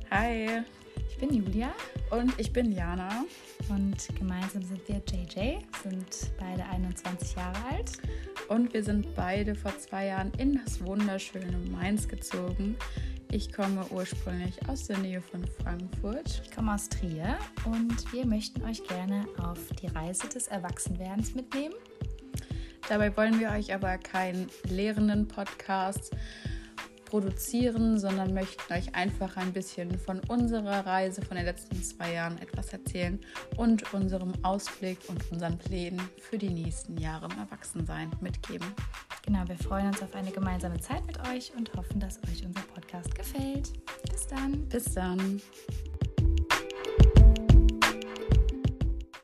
Hi, Ich bin Julia und ich bin Jana. und gemeinsam sind wir JJ, sind beide 21 Jahre alt. Und wir sind beide vor 2 Jahren in das wunderschöne Mainz gezogen. Ich komme ursprünglich aus der Nähe von Frankfurt. Ich komme aus Trier und wir möchten euch gerne auf die Reise des Erwachsenwerdens mitnehmen. Dabei wollen wir euch aber keinen lehrenden Podcast produzieren, sondern möchten euch einfach ein bisschen von unserer Reise von den letzten 2 Jahren etwas erzählen und unserem Ausblick und unseren Plänen für die nächsten Jahre im Erwachsensein mitgeben. Genau, wir freuen uns auf eine gemeinsame Zeit mit euch und hoffen, dass euch unser Podcast gefällt. Bis dann! Bis dann!